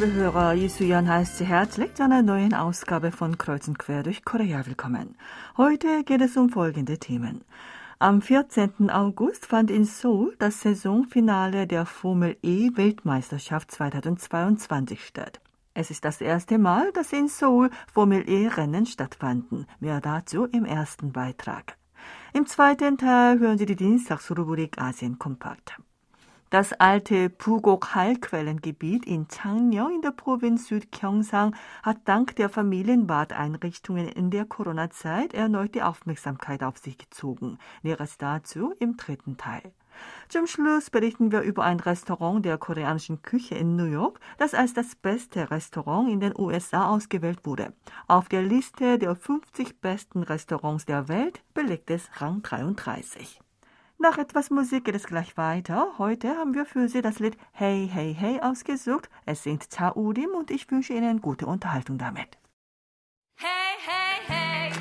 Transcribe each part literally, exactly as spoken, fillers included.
liebe Hörer, Isuyan heißt Sie herzlich zu einer neuen Ausgabe von Kreuz und Quer durch Korea willkommen. Heute geht es um folgende Themen. Am vierzehnten August fand in Seoul das Saisonfinale der Formel E-Weltmeisterschaft zweitausendzweiundzwanzig statt. Es ist das erste Mal, dass in Seoul Formel E-Rennen stattfanden. Mehr dazu im ersten Beitrag. Im zweiten Teil hören Sie die Dienstagsrubrik Asien Kompakt. Das alte Pugok-Heilquellengebiet in Changneung in der Provinz Südgyeongsang hat dank der Familienbadeinrichtungen in der Corona-Zeit erneut die Aufmerksamkeit auf sich gezogen. Näheres dazu im dritten Teil. Zum Schluss berichten wir über ein Restaurant der koreanischen Küche in New York, das als das beste Restaurant in den U S A ausgewählt wurde. Auf der Liste der fünfzig besten Restaurants der Welt belegt es Rang dreiunddreißig. Nach etwas Musik geht es gleich weiter. Heute haben wir für Sie das Lied Hey, Hey, Hey ausgesucht. Es singt Cha Urim und ich wünsche Ihnen gute Unterhaltung damit. Hey, hey, hey.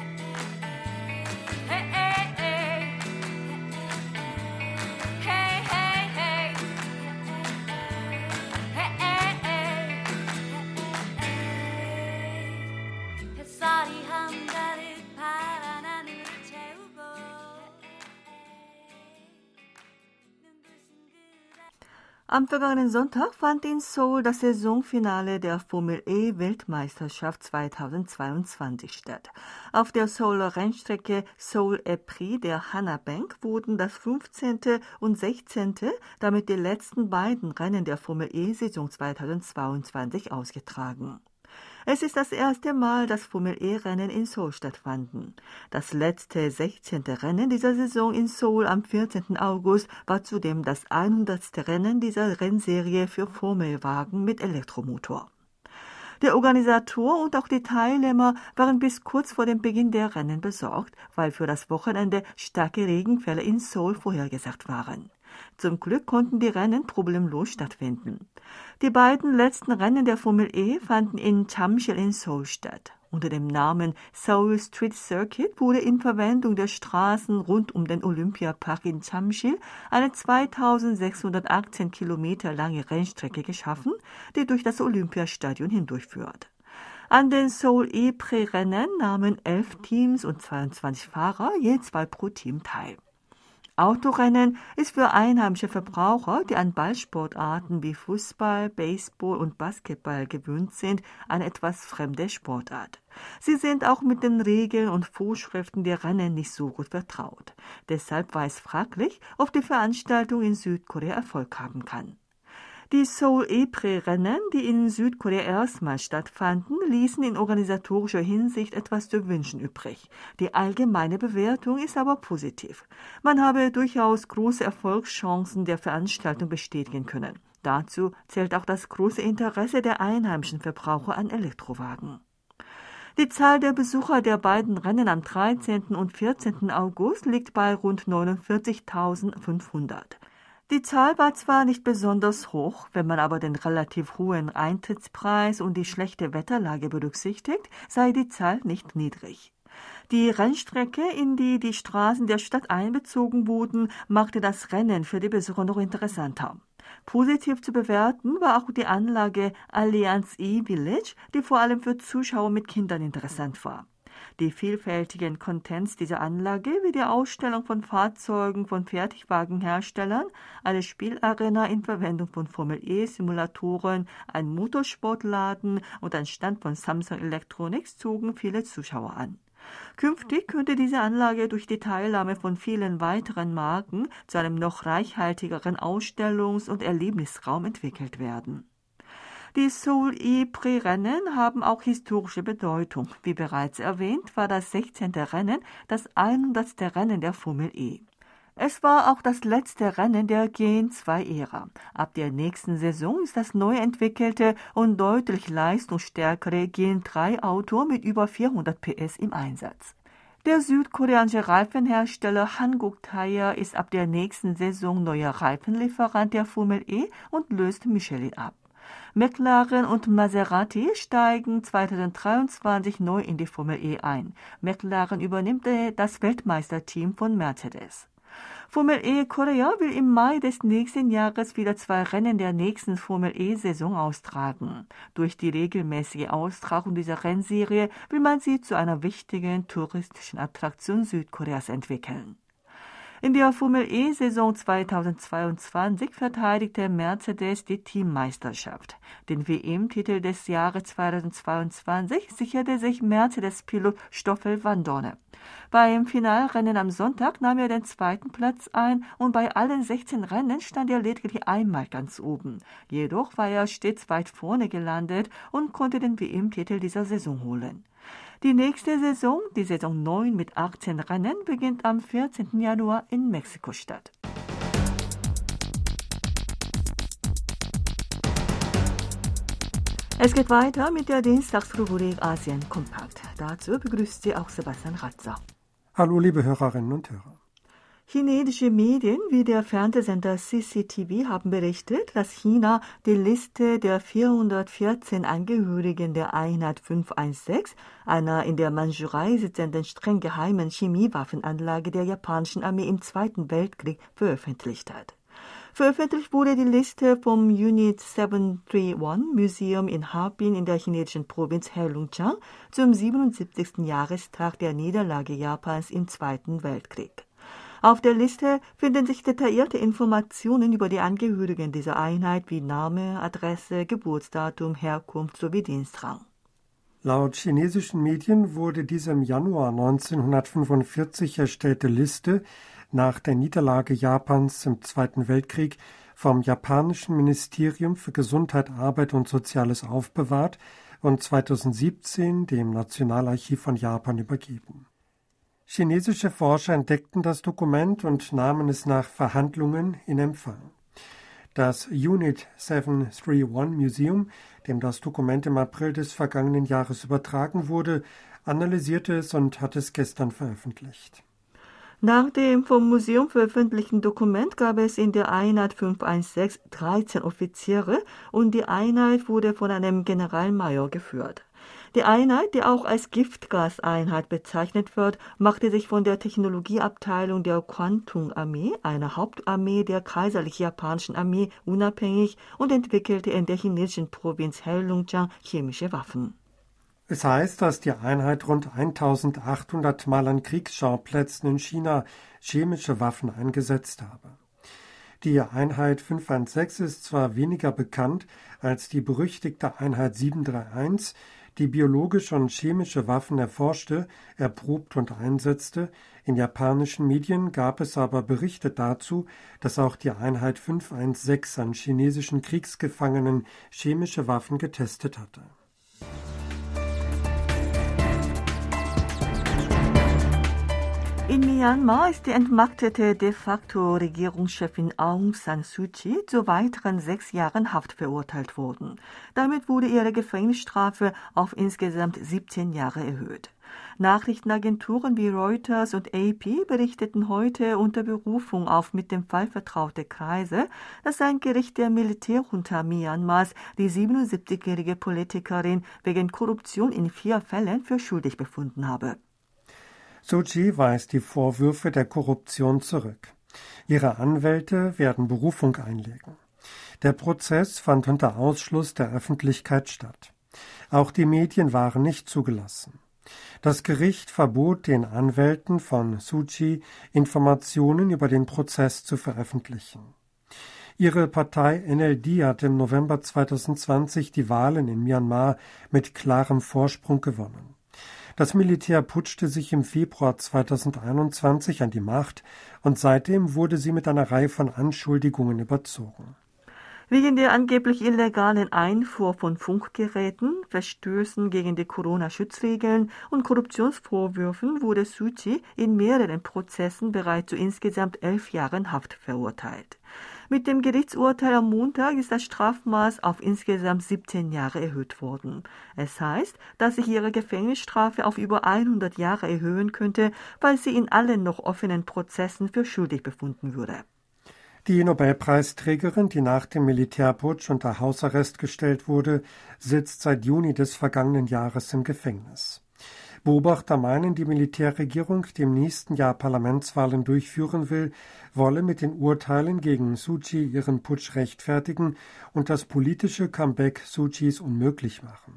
Hey, hey, hey. Hey, hey, hey. Hey, hey, hey. 햇살이 한가득 파란 하늘을 채우고 Am vergangenen Sonntag fand in Seoul das Saisonfinale der Formel E-Weltmeisterschaft zweitausendzweiundzwanzig statt. Auf der Seouler Rennstrecke Seoul-Epri der Hana Bank wurden das fünfzehnte und sechzehnte, damit die letzten beiden Rennen der Formel E-Saison zweitausendzweiundzwanzig ausgetragen. Es ist das erste Mal, dass Formel-E-Rennen in Seoul stattfanden. Das letzte sechzehnte Rennen dieser Saison in Seoul am vierzehnten August war zudem das hundertste Rennen dieser Rennserie für Formelwagen mit Elektromotor. Der Organisator und auch die Teilnehmer waren bis kurz vor dem Beginn der Rennen besorgt, weil für das Wochenende starke Regenfälle in Seoul vorhergesagt waren. Zum Glück konnten die Rennen problemlos stattfinden. Die beiden letzten Rennen der Formel E fanden in Jamsil in Seoul statt. Unter dem Namen Seoul Street Circuit wurde in Verwendung der Straßen rund um den Olympiapark in Jamsil eine zweitausendsechshundertachtzehn Kilometer lange Rennstrecke geschaffen, die durch das Olympiastadion hindurchführt. An den Seoul E-Prix-Rennen nahmen elf Teams und zweiundzwanzig Fahrer je zwei pro Team teil. Autorennen ist für einheimische Verbraucher, die an Ballsportarten wie Fußball, Baseball und Basketball gewöhnt sind, eine etwas fremde Sportart. Sie sind auch mit den Regeln und Vorschriften der Rennen nicht so gut vertraut. Deshalb war es fraglich, ob die Veranstaltung in Südkorea Erfolg haben kann. Die Seoul E-Prix-Rennen, die in Südkorea erstmals stattfanden, ließen in organisatorischer Hinsicht etwas zu wünschen übrig. Die allgemeine Bewertung ist aber positiv. Man habe durchaus große Erfolgschancen der Veranstaltung bestätigen können. Dazu zählt auch das große Interesse der einheimischen Verbraucher an Elektrowagen. Die Zahl der Besucher der beiden Rennen am dreizehnten und vierzehnten August liegt bei rund neunundvierzigtausendfünfhundert. Die Zahl war zwar nicht besonders hoch, wenn man aber den relativ hohen Eintrittspreis und die schlechte Wetterlage berücksichtigt, sei die Zahl nicht niedrig. Die Rennstrecke, in die die Straßen der Stadt einbezogen wurden, machte das Rennen für die Besucher noch interessanter. Positiv zu bewerten war auch die Anlage Allianz E-Village, die vor allem für Zuschauer mit Kindern interessant war. Die vielfältigen Contents dieser Anlage, wie die Ausstellung von Fahrzeugen von Fertigwagenherstellern, eine Spielarena in Verwendung von Formel-E-Simulatoren, ein Motorsportladen und ein Stand von Samsung Electronics zogen viele Zuschauer an. Künftig könnte diese Anlage durch die Teilnahme von vielen weiteren Marken zu einem noch reichhaltigeren Ausstellungs- und Erlebnisraum entwickelt werden. Die Seoul E-Prix-Rennen haben auch historische Bedeutung. Wie bereits erwähnt, war das sechzehnte Rennen das hundertste Rennen der Formel E. Es war auch das letzte Rennen der Gen zwei Ära. Ab der nächsten Saison ist das neu entwickelte und deutlich leistungsstärkere Gen drei Auto mit über vierhundert P S im Einsatz. Der südkoreanische Reifenhersteller Hankuk Tire ist ab der nächsten Saison neuer Reifenlieferant der Formel E und löst Michelin ab. McLaren und Maserati steigen zweitausenddreiundzwanzig neu in die Formel E ein. McLaren übernimmt das Weltmeisterteam von Mercedes. Formel E Korea will im Mai des nächsten Jahres wieder zwei Rennen der nächsten Formel E-Saison austragen. Durch die regelmäßige Austragung dieser Rennserie will man sie zu einer wichtigen touristischen Attraktion Südkoreas entwickeln. In der Formel E-Saison zweitausendzweiundzwanzig verteidigte Mercedes die Teammeisterschaft. Den W M-Titel des Jahres zweitausendzweiundzwanzig sicherte sich Mercedes-Pilot Stoffel Vandoorne. Beim Finalrennen am Sonntag nahm er den zweiten Platz ein und bei allen sechzehn Rennen stand er lediglich einmal ganz oben. Jedoch war er stets weit vorne gelandet und konnte den W M-Titel dieser Saison holen. Die nächste Saison, die Saison neun mit achtzehn Rennen, beginnt am vierzehnten Januar in Mexiko-Stadt. Es geht weiter mit der Dienstagsrubrik Asien Kompakt. Dazu begrüßt Sie auch Sebastian Ratzer. Hallo, liebe Hörerinnen und Hörer. Chinesische Medien wie der Fernsehsender C C T V haben berichtet, dass China die Liste der vierhundertvierzehn Angehörigen der Einheit fünfhundertsechzehn, einer in der Mandschurei sitzenden streng geheimen Chemiewaffenanlage der japanischen Armee im Zweiten Weltkrieg, veröffentlicht hat. Veröffentlicht wurde die Liste vom Unit siebenhundereinunddreißig Museum in Harbin in der chinesischen Provinz Heilongjiang zum siebenundsiebzigsten Jahrestag der Niederlage Japans im Zweiten Weltkrieg. Auf der Liste finden sich detaillierte Informationen über die Angehörigen dieser Einheit wie Name, Adresse, Geburtsdatum, Herkunft sowie Dienstrang. Laut chinesischen Medien wurde diese im Januar neunzehnhundertfünfundvierzig erstellte Liste nach der Niederlage Japans im Zweiten Weltkrieg vom japanischen Ministerium für Gesundheit, Arbeit und Soziales aufbewahrt und zweitausendsiebzehn dem Nationalarchiv von Japan übergeben. Chinesische Forscher entdeckten das Dokument und nahmen es nach Verhandlungen in Empfang. Das Unit siebenhundereinunddreißig Museum, dem das Dokument im April des vergangenen Jahres übertragen wurde, analysierte es und hat es gestern veröffentlicht. Nach dem vom Museum veröffentlichten Dokument gab es in der Einheit fünfhundertsechzehn dreizehn Offiziere und die Einheit wurde von einem Generalmajor geführt. Die Einheit, die auch als Giftgaseinheit bezeichnet wird, machte sich von der Technologieabteilung der Kwantung-Armee, einer Hauptarmee der kaiserlich-japanischen Armee, unabhängig und entwickelte in der chinesischen Provinz Heilongjiang chemische Waffen. Es heißt, dass die Einheit rund eintausendachthundert Mal an Kriegsschauplätzen in China chemische Waffen eingesetzt habe. Die Einheit fünfhundertsechzehn ist zwar weniger bekannt als die berüchtigte Einheit siebenhundereinunddreißig, die biologische und chemische Waffen erforschte, erprobte und einsetzte. In japanischen Medien gab es aber Berichte dazu, dass auch die Einheit fünfhundertsechzehn an chinesischen Kriegsgefangenen chemische Waffen getestet hatte. In Myanmar ist die entmachtete de facto Regierungschefin Aung San Suu Kyi zu weiteren sechs Jahren Haft verurteilt worden. Damit wurde ihre Gefängnisstrafe auf insgesamt siebzehn Jahre erhöht. Nachrichtenagenturen wie Reuters und A P berichteten heute unter Berufung auf mit dem Fall vertraute Kreise, dass ein Gericht der Militärjunta Myanmars die siebenundsiebzigjährige Politikerin wegen Korruption in vier Fällen für schuldig befunden habe. Suu Kyi weist die Vorwürfe der Korruption zurück. Ihre Anwälte werden Berufung einlegen. Der Prozess fand unter Ausschluss der Öffentlichkeit statt. Auch die Medien waren nicht zugelassen. Das Gericht verbot den Anwälten von Suu Kyi, Informationen über den Prozess zu veröffentlichen. Ihre Partei N L D hat im November zweitausendzwanzig die Wahlen in Myanmar mit klarem Vorsprung gewonnen. Das Militär putschte sich im Februar zweitausendeinundzwanzig an die Macht und seitdem wurde sie mit einer Reihe von Anschuldigungen überzogen. Wegen der angeblich illegalen Einfuhr von Funkgeräten, Verstößen gegen die Corona-Schutzregeln und Korruptionsvorwürfen wurde Suu Kyi in mehreren Prozessen bereits zu insgesamt elf Jahren Haft verurteilt. Mit dem Gerichtsurteil am Montag ist das Strafmaß auf insgesamt siebzehn Jahre erhöht worden. Es heißt, dass sich ihre Gefängnisstrafe auf über hundert Jahre erhöhen könnte, weil sie in allen noch offenen Prozessen für schuldig befunden würde. Die Nobelpreisträgerin, die nach dem Militärputsch unter Hausarrest gestellt wurde, sitzt seit Juni des vergangenen Jahres im Gefängnis. Beobachter meinen, die Militärregierung, die im nächsten Jahr Parlamentswahlen durchführen will, wolle mit den Urteilen gegen Suu Kyi ihren Putsch rechtfertigen und das politische Comeback Suu Kyis unmöglich machen.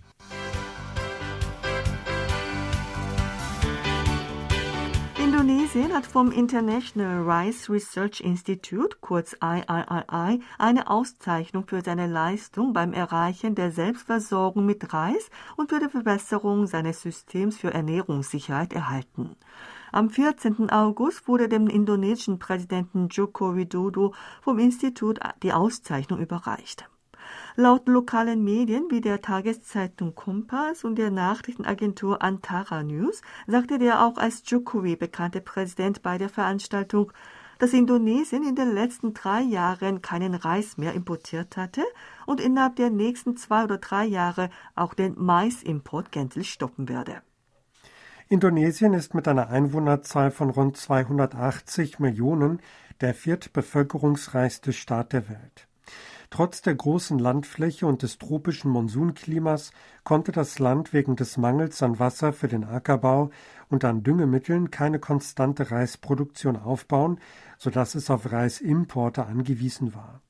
Indonesien hat vom International Rice Research Institute, kurz I R R I, eine Auszeichnung für seine Leistung beim Erreichen der Selbstversorgung mit Reis und für die Verbesserung seines Systems für Ernährungssicherheit erhalten. Am vierzehnten August wurde dem indonesischen Präsidenten Joko Widodo vom Institut die Auszeichnung überreicht. Laut lokalen Medien wie der Tageszeitung Kompas und der Nachrichtenagentur Antara News sagte der auch als Jokowi bekannte Präsident bei der Veranstaltung, dass Indonesien in den letzten drei Jahren keinen Reis mehr importiert hatte und innerhalb der nächsten zwei oder drei Jahre auch den Maisimport gänzlich stoppen werde. Indonesien ist mit einer Einwohnerzahl von rund zweihundertachtzig Millionen der viertbevölkerungsreichste Staat der Welt. Trotz der großen Landfläche und des tropischen Monsunklimas konnte das Land wegen des Mangels an Wasser für den Ackerbau und an Düngemitteln keine konstante Reisproduktion aufbauen, sodass es auf Reisimporte angewiesen war.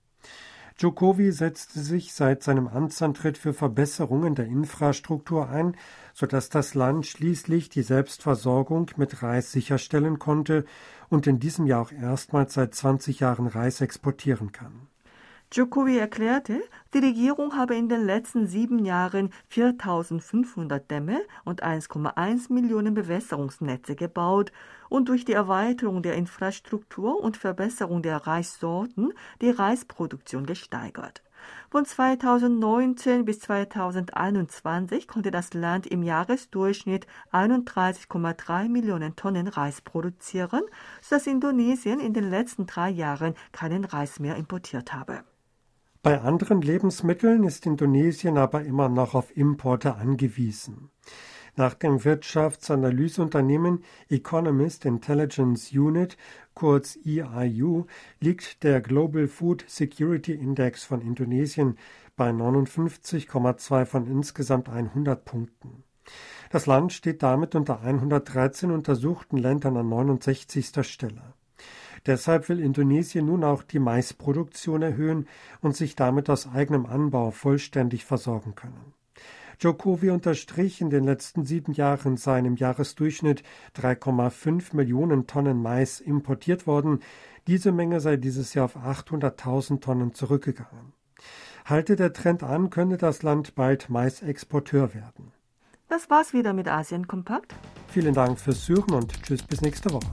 Jokowi setzte sich seit seinem Amtsantritt für Verbesserungen der Infrastruktur ein, sodass das Land schließlich die Selbstversorgung mit Reis sicherstellen konnte und in diesem Jahr auch erstmals seit zwanzig Jahren Reis exportieren kann. Jokowi erklärte, die Regierung habe in den letzten sieben Jahren viertausendfünfhundert Dämme und eins Komma eins Millionen Bewässerungsnetze gebaut und durch die Erweiterung der Infrastruktur und Verbesserung der Reissorten die Reisproduktion gesteigert. Von zweitausendneunzehn bis zweitausendeinundzwanzig konnte das Land im Jahresdurchschnitt einunddreißig Komma drei Millionen Tonnen Reis produzieren, sodass Indonesien in den letzten drei Jahren keinen Reis mehr importiert habe. Bei anderen Lebensmitteln ist Indonesien aber immer noch auf Importe angewiesen. Nach dem Wirtschaftsanalyseunternehmen Economist Intelligence Unit, kurz E I U, liegt der Global Food Security Index von Indonesien bei neunundfünfzig Komma zwei von insgesamt hundert Punkten. Das Land steht damit unter hundertdreizehn untersuchten Ländern an neunundsechzigster Stelle. Deshalb will Indonesien nun auch die Maisproduktion erhöhen und sich damit aus eigenem Anbau vollständig versorgen können. Jokowi unterstrich, in den letzten sieben Jahren seien im Jahresdurchschnitt drei Komma fünf Millionen Tonnen Mais importiert worden. Diese Menge sei dieses Jahr auf achthunderttausend Tonnen zurückgegangen. Halte der Trend an, könne das Land bald Maisexporteur werden. Das war's wieder mit Asien Kompakt. Vielen Dank fürs Zuhören und tschüss bis nächste Woche.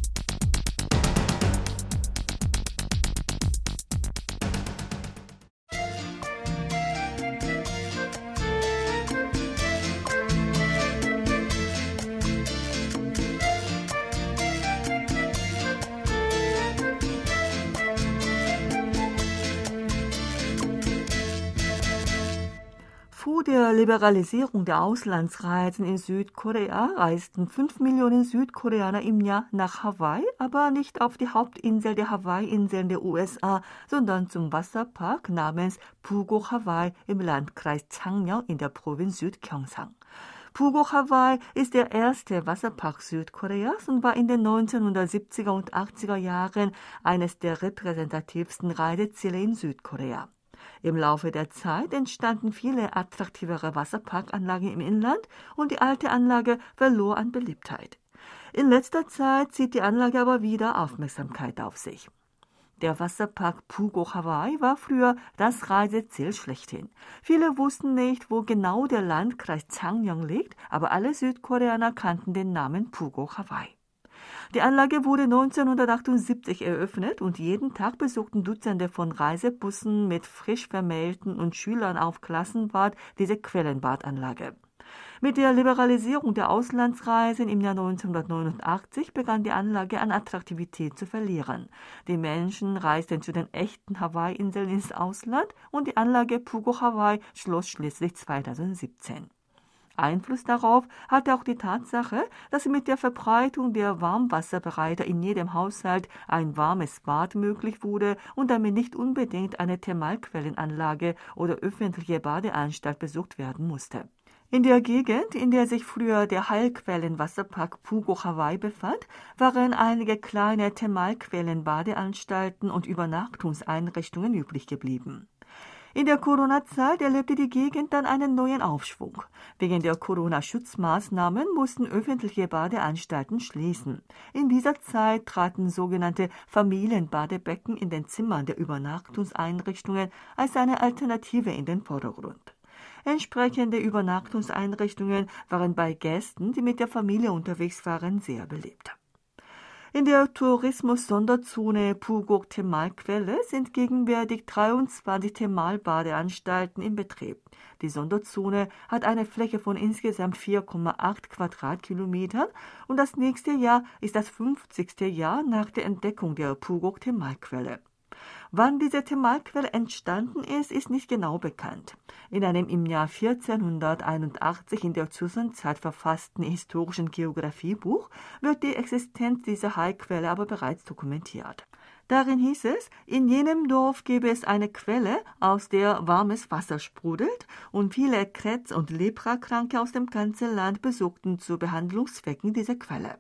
Vor der Liberalisierung der Auslandsreisen in Südkorea reisten fünf Millionen Südkoreaner im Jahr nach Hawaii, aber nicht auf die Hauptinsel der Hawaii-Inseln der U S A, sondern zum Wasserpark namens Phuoc Hawaii im Landkreis Changyeong in der Provinz Südgyeongsang. Phuoc Hawaii ist der erste Wasserpark Südkoreas und war in den neunzehnhundertsiebziger und achtziger Jahren eines der repräsentativsten Reiseziele in Südkorea. Im Laufe der Zeit entstanden viele attraktivere Wasserparkanlagen im Inland und die alte Anlage verlor an Beliebtheit. In letzter Zeit zieht die Anlage aber wieder Aufmerksamkeit auf sich. Der Wasserpark Phuoc Hawaii war früher das Reiseziel schlechthin. Viele wussten nicht, wo genau der Landkreis Changyeong liegt, aber alle Südkoreaner kannten den Namen Phuoc Hawaii. Die Anlage wurde neunzehnhundertachtundsiebzig eröffnet und jeden Tag besuchten Dutzende von Reisebussen mit frisch Vermählten und Schülern auf Klassenfahrt diese Quellenbadanlage. Mit der Liberalisierung der Auslandsreisen im Jahr neunzehnhundertneunundachtzig begann die Anlage an Attraktivität zu verlieren. Die Menschen reisten zu den echten Hawaii-Inseln ins Ausland und die Anlage Phuoc Hawaii schloss schließlich zweitausendsiebzehn. Einfluss darauf hatte auch die Tatsache, dass mit der Verbreitung der Warmwasserbereiter in jedem Haushalt ein warmes Bad möglich wurde und damit nicht unbedingt eine Thermalquellenanlage oder öffentliche Badeanstalt besucht werden musste. In der Gegend, in der sich früher der Heilquellenwasserpark Pugo Hawaii befand, waren einige kleine Thermalquellenbadeanstalten und Übernachtungseinrichtungen übrig geblieben. In der Corona-Zeit erlebte die Gegend dann einen neuen Aufschwung. Wegen der Corona-Schutzmaßnahmen mussten öffentliche Badeanstalten schließen. In dieser Zeit traten sogenannte Familienbadebecken in den Zimmern der Übernachtungseinrichtungen als eine Alternative in den Vordergrund. Entsprechende Übernachtungseinrichtungen waren bei Gästen, die mit der Familie unterwegs waren, sehr beliebt. In der Tourismus-Sonderzone Pugok Thermalquelle sind gegenwärtig dreiundzwanzig Thermalbadeanstalten in Betrieb. Die Sonderzone hat eine Fläche von insgesamt vier Komma acht Quadratkilometern und das nächste Jahr ist das fünfzigste Jahr nach der Entdeckung der Pugok Thermalquelle. Wann diese Thermalquelle entstanden ist, ist nicht genau bekannt. In einem im Jahr vierzehnhunderteinundachtzig in der Zwischenzeit verfassten historischen Geographiebuch wird die Existenz dieser Heilquelle aber bereits dokumentiert. Darin hieß es, in jenem Dorf gäbe es eine Quelle, aus der warmes Wasser sprudelt, und viele Krebs- und Leprakranke aus dem ganzen Land besuchten zu Behandlungszwecken diese Quelle.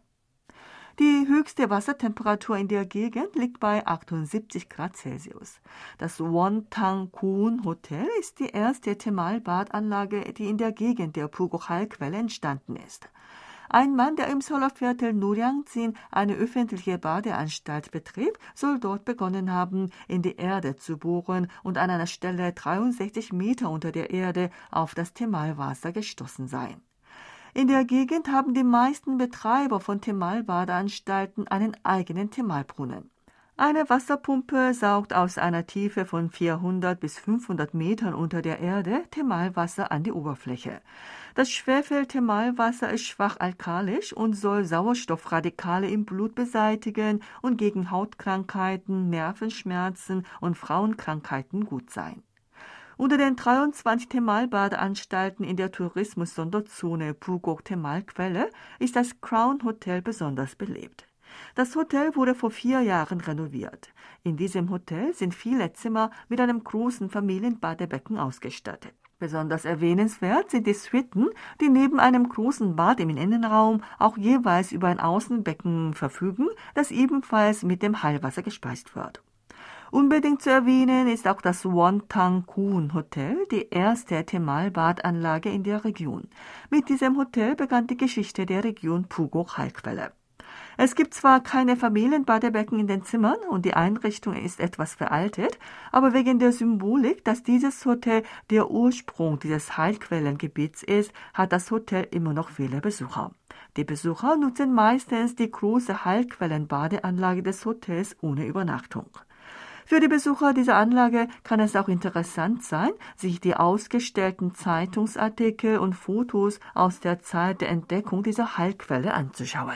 Die höchste Wassertemperatur in der Gegend liegt bei achtundsiebzig Grad Celsius. Das Wonthang Hotel ist die erste Thermalbadanlage, die in der Gegend der Pugok-Heilquelle entstanden ist. Ein Mann, der im Seoulviertel Noryangsin eine öffentliche Badeanstalt betrieb, soll dort begonnen haben, in die Erde zu bohren und an einer Stelle dreiundsechzig Meter unter der Erde auf das Thermalwasser gestoßen sein. In der Gegend haben die meisten Betreiber von Thermalbadeanstalten einen eigenen Thermalbrunnen. Eine Wasserpumpe saugt aus einer Tiefe von vierhundert bis fünfhundert Metern unter der Erde Thermalwasser an die Oberfläche. Das Schwefel-Thermalwasser ist schwach alkalisch und soll Sauerstoffradikale im Blut beseitigen und gegen Hautkrankheiten, Nervenschmerzen und Frauenkrankheiten gut sein. Unter den dreiundzwanzig Thermalbadeanstalten in der Tourismus-Sonderzone Pugok Thermalquelle ist das Crown Hotel besonders belebt. Das Hotel wurde vor vier Jahren renoviert. In diesem Hotel sind viele Zimmer mit einem großen Familienbadebecken ausgestattet. Besonders erwähnenswert sind die Suiten, die neben einem großen Bad im Innenraum auch jeweils über ein Außenbecken verfügen, das ebenfalls mit dem Heilwasser gespeist wird. Unbedingt zu erwähnen ist auch das Wonthang Hotel, die erste Thermalbadanlage in der Region. Mit diesem Hotel begann die Geschichte der Region Pugok Heilquelle. Es gibt zwar keine Familienbadebecken in den Zimmern und die Einrichtung ist etwas veraltet, aber wegen der Symbolik, dass dieses Hotel der Ursprung dieses Heilquellengebiets ist, hat das Hotel immer noch viele Besucher. Die Besucher nutzen meistens die große Heilquellenbadeanlage des Hotels ohne Übernachtung. Für die Besucher dieser Anlage kann es auch interessant sein, sich die ausgestellten Zeitungsartikel und Fotos aus der Zeit der Entdeckung dieser Heilquelle anzuschauen.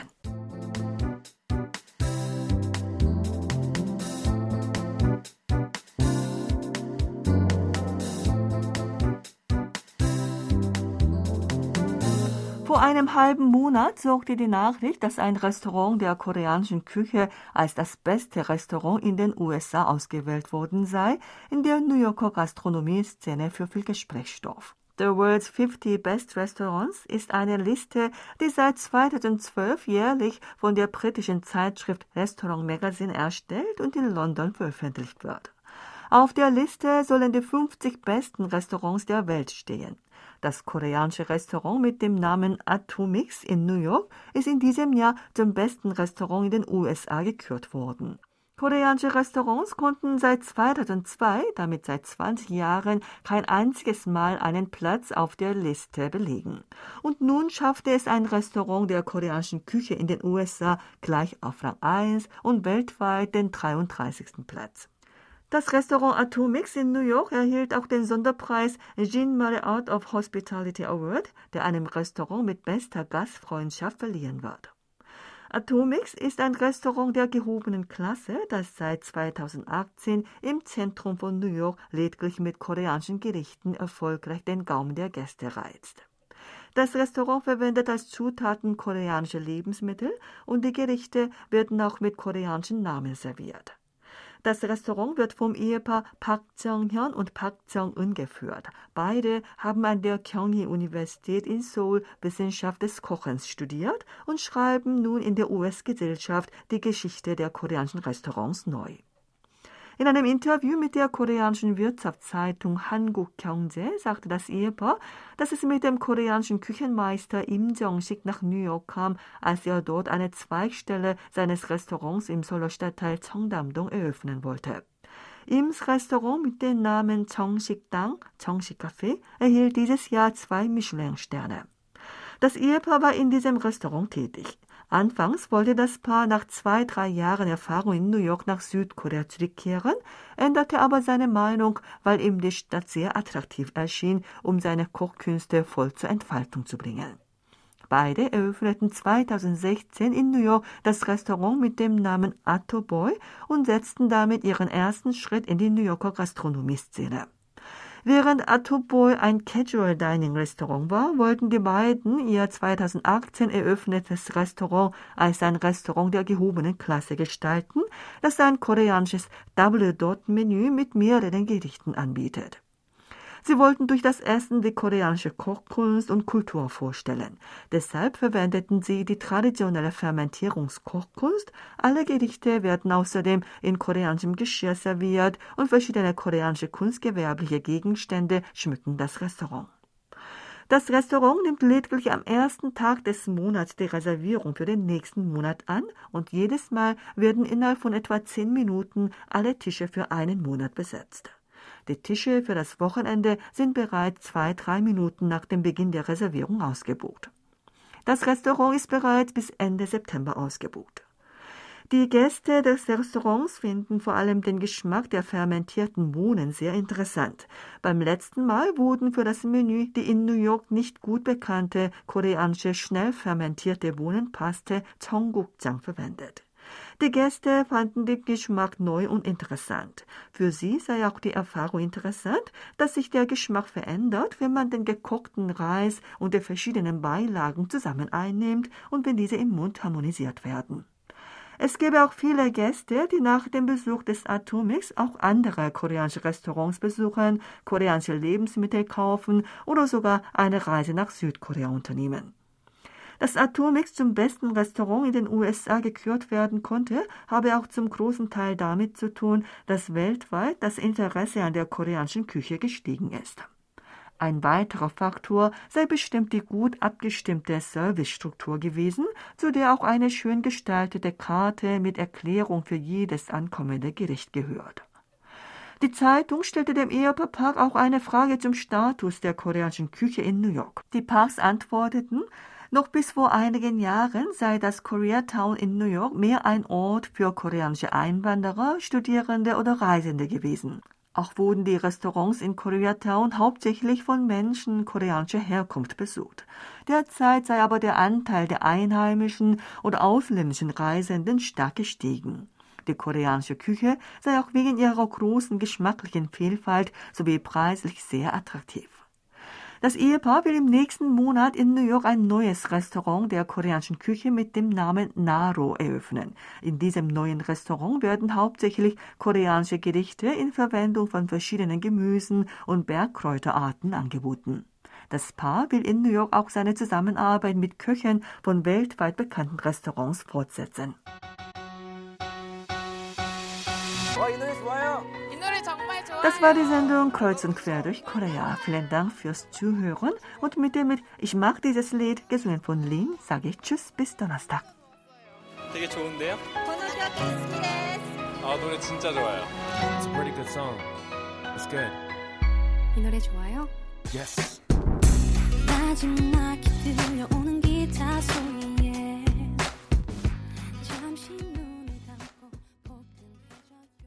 Vor einem halben Monat sorgte die Nachricht, dass ein Restaurant der koreanischen Küche als das beste Restaurant in den U S A ausgewählt worden sei, in der New Yorker Gastronomie-Szene für viel Gesprächsstoff. The World's fifty Best Restaurants ist eine Liste, die seit zweitausendzwölf jährlich von der britischen Zeitschrift Restaurant Magazine erstellt und in London veröffentlicht wird. Auf der Liste sollen die fünfzig besten Restaurants der Welt stehen. Das koreanische Restaurant mit dem Namen Atomix in New York ist in diesem Jahr zum besten Restaurant in den U S A gekürt worden. Koreanische Restaurants konnten seit zweitausendzwei, damit seit zwanzig Jahren, kein einziges Mal einen Platz auf der Liste belegen. Und nun schaffte es ein Restaurant der koreanischen Küche in den U S A gleich auf Rang eins und weltweit den dreiunddreißigsten Platz. Das Restaurant Atomix in New York erhielt auch den Sonderpreis Jean Marriott of Hospitality Award, der einem Restaurant mit bester Gastfreundschaft verliehen wird. Atomix ist ein Restaurant der gehobenen Klasse, das seit zweitausendachtzehn im Zentrum von New York lediglich mit koreanischen Gerichten erfolgreich den Gaumen der Gäste reizt. Das Restaurant verwendet als Zutaten koreanische Lebensmittel und die Gerichte werden auch mit koreanischen Namen serviert. Das Restaurant wird vom Ehepaar Park Jong-hyun und Park Jong-eun geführt. Beide haben an der Kyunghee-Universität in Seoul Wissenschaft des Kochens studiert und schreiben nun in der U S-Gesellschaft die Geschichte der koreanischen Restaurants neu. In einem Interview mit der koreanischen Wirtschaftszeitung Hanguk Kyungjae sagte das Ehepaar, dass es mit dem koreanischen Küchenmeister Im Jong-sik nach New York kam, als er dort eine Zweigstelle seines Restaurants im Seouler Stadtteil Cheongdam-dong eröffnen wollte. Ims Restaurant mit dem Namen Cheongsikdang, Cheongsik Café, erhielt dieses Jahr zwei Michelin-Sterne. Das Ehepaar war in diesem Restaurant tätig. Anfangs wollte das Paar nach zwei, drei Jahren Erfahrung in New York nach Südkorea zurückkehren, änderte aber seine Meinung, weil ihm die Stadt sehr attraktiv erschien, um seine Kochkünste voll zur Entfaltung zu bringen. Beide eröffneten zweitausendsechzehn in New York das Restaurant mit dem Namen Atoboy und setzten damit ihren ersten Schritt in die New Yorker Gastronomie-Szene. Während Atoboy ein Casual-Dining-Restaurant war, wollten die beiden ihr zweitausendachtzehn eröffnetes Restaurant als ein Restaurant der gehobenen Klasse gestalten, das ein koreanisches Double-Dot-Menü mit mehreren Gerichten anbietet. Sie wollten durch das Essen die koreanische Kochkunst und Kultur vorstellen. Deshalb verwendeten sie die traditionelle Fermentierungskochkunst. Alle Gerichte werden außerdem in koreanischem Geschirr serviert und verschiedene koreanische kunstgewerbliche Gegenstände schmücken das Restaurant. Das Restaurant nimmt lediglich am ersten Tag des Monats die Reservierung für den nächsten Monat an und jedes Mal werden innerhalb von etwa zehn Minuten alle Tische für einen Monat besetzt. Die Tische für das Wochenende sind bereits zwei, drei Minuten nach dem Beginn der Reservierung ausgebucht. Das Restaurant ist bereits bis Ende September ausgebucht. Die Gäste des Restaurants finden vor allem den Geschmack der fermentierten Bohnen sehr interessant. Beim letzten Mal wurden für das Menü die in New York nicht gut bekannte koreanische schnell fermentierte Bohnenpaste Cheonggukjang verwendet. Die Gäste fanden den Geschmack neu und interessant. Für sie sei auch die Erfahrung interessant, dass sich der Geschmack verändert, wenn man den gekochten Reis und die verschiedenen Beilagen zusammen einnimmt und wenn diese im Mund harmonisiert werden. Es gäbe auch viele Gäste, die nach dem Besuch des Atomix auch andere koreanische Restaurants besuchen, koreanische Lebensmittel kaufen oder sogar eine Reise nach Südkorea unternehmen. Dass Atomix zum besten Restaurant in den U S A gekürt werden konnte, habe auch zum großen Teil damit zu tun, dass weltweit das Interesse an der koreanischen Küche gestiegen ist. Ein weiterer Faktor sei bestimmt die gut abgestimmte Servicestruktur gewesen, zu der auch eine schön gestaltete Karte mit Erklärung für jedes ankommende Gericht gehört. Die Zeitung stellte dem Ehepaar Park auch eine Frage zum Status der koreanischen Küche in New York. Die Parks antworteten, noch bis vor einigen Jahren sei das Koreatown in New York mehr ein Ort für koreanische Einwanderer, Studierende oder Reisende gewesen. Auch wurden die Restaurants in Koreatown hauptsächlich von Menschen koreanischer Herkunft besucht. Derzeit sei aber der Anteil der einheimischen oder ausländischen Reisenden stark gestiegen. Die koreanische Küche sei auch wegen ihrer großen geschmacklichen Vielfalt sowie preislich sehr attraktiv. Das Ehepaar will im nächsten Monat in New York ein neues Restaurant der koreanischen Küche mit dem Namen Naro eröffnen. In diesem neuen Restaurant werden hauptsächlich koreanische Gerichte in Verwendung von verschiedenen Gemüsen und Bergkräuterarten angeboten. Das Paar will in New York auch seine Zusammenarbeit mit Köchen von weltweit bekannten Restaurants fortsetzen. Das war die Sendung Kreuz und Quer durch Korea. Vielen Dank fürs Zuhören und mit dem mit Ich mag dieses Lied, gesungen von Lin, sage ich Tschüss bis Donnerstag. 되게 좋은데요? 아, 노래 진짜 좋아요. It's a pretty good song. It's good. 이 노래 좋아요? Yes. 마지막에 들려오는 기타